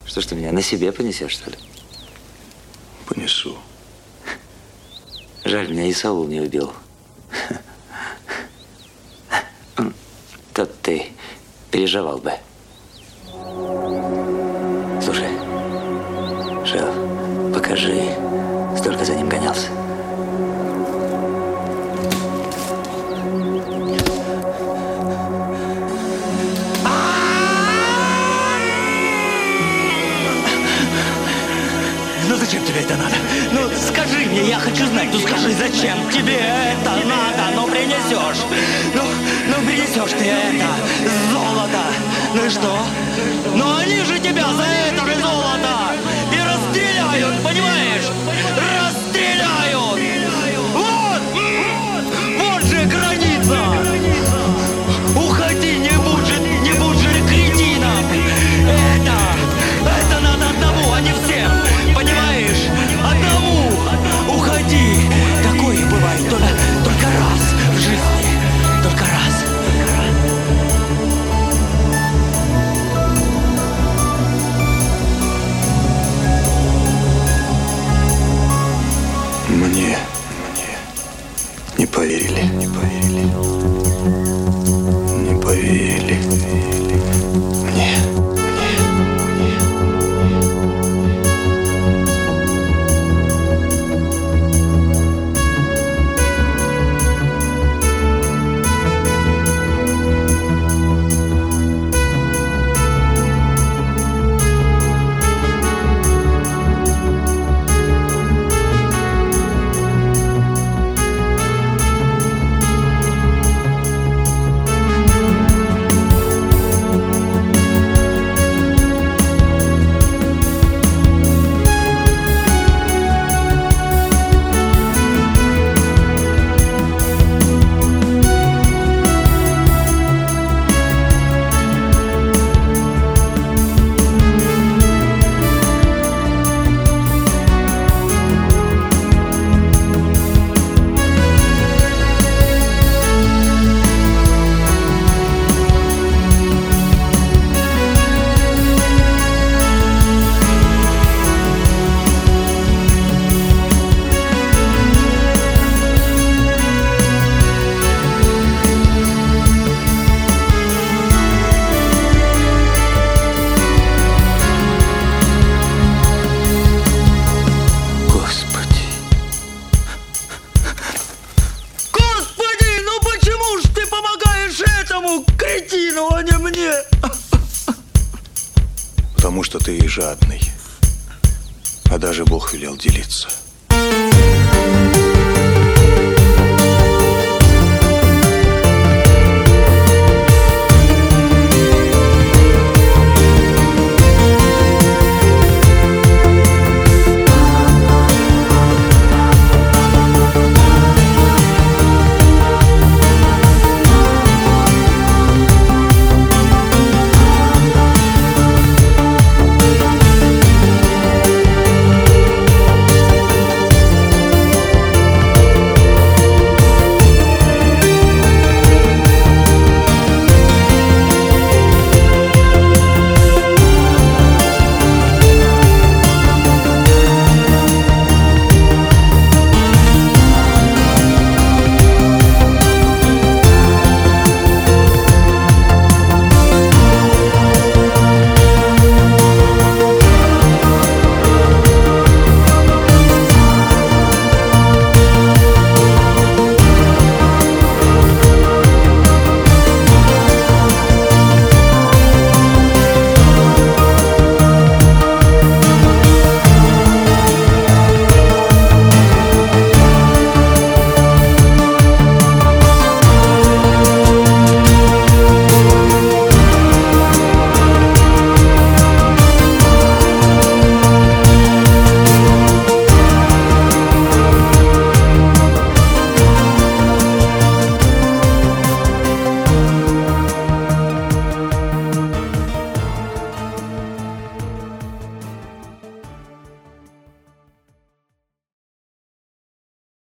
Что ж ты меня на себе понесешь, что ли? Понесу. Жаль, меня и Саул не убил. Тот ты переживал бы. Слушай, шеф, покажи, столько за ним гонялся. Ну зачем тебе это надо? Ну скажи мне, я хочу знать. Ну скажи, зачем тебе это надо? Ну принесешь. Ну принесешь ты это золото. Ну и что? Ну они же тебя за это же золото и расстреляют, понимаешь? Расстреляют. Вот же граница. Уходи, не будь же кретином. Это надо одному, а не всем. Понимаешь? Одному уходи. Такое бывает только раз в жизни. Только раз. Мне не поверили. Не поверили. Мне. Кретину, а не мне. Потому что ты и жадный. А даже Бог велел делиться.